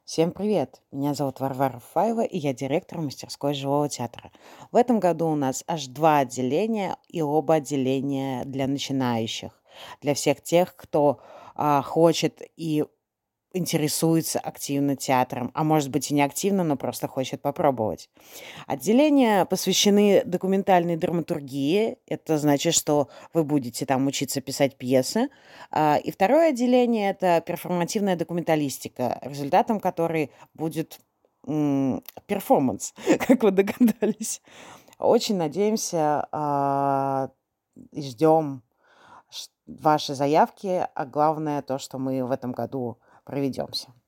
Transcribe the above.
Всем привет! Меня зовут Варвара Фаева, и я директор мастерской живого театра. В этом году у нас аж два отделения, и оба отделения для начинающих, для всех тех, кто хочет и интересуется активно театром, а может быть и не активно, но просто хочет попробовать. Отделения посвящены документальной драматургии. Это значит, что вы будете там учиться писать пьесы. И второе отделение — это перформативная документалистика, результатом которой будет перформанс, как вы догадались. Очень надеемся, и ждем ваши заявки, а главное то, что мы в этом году проведемся.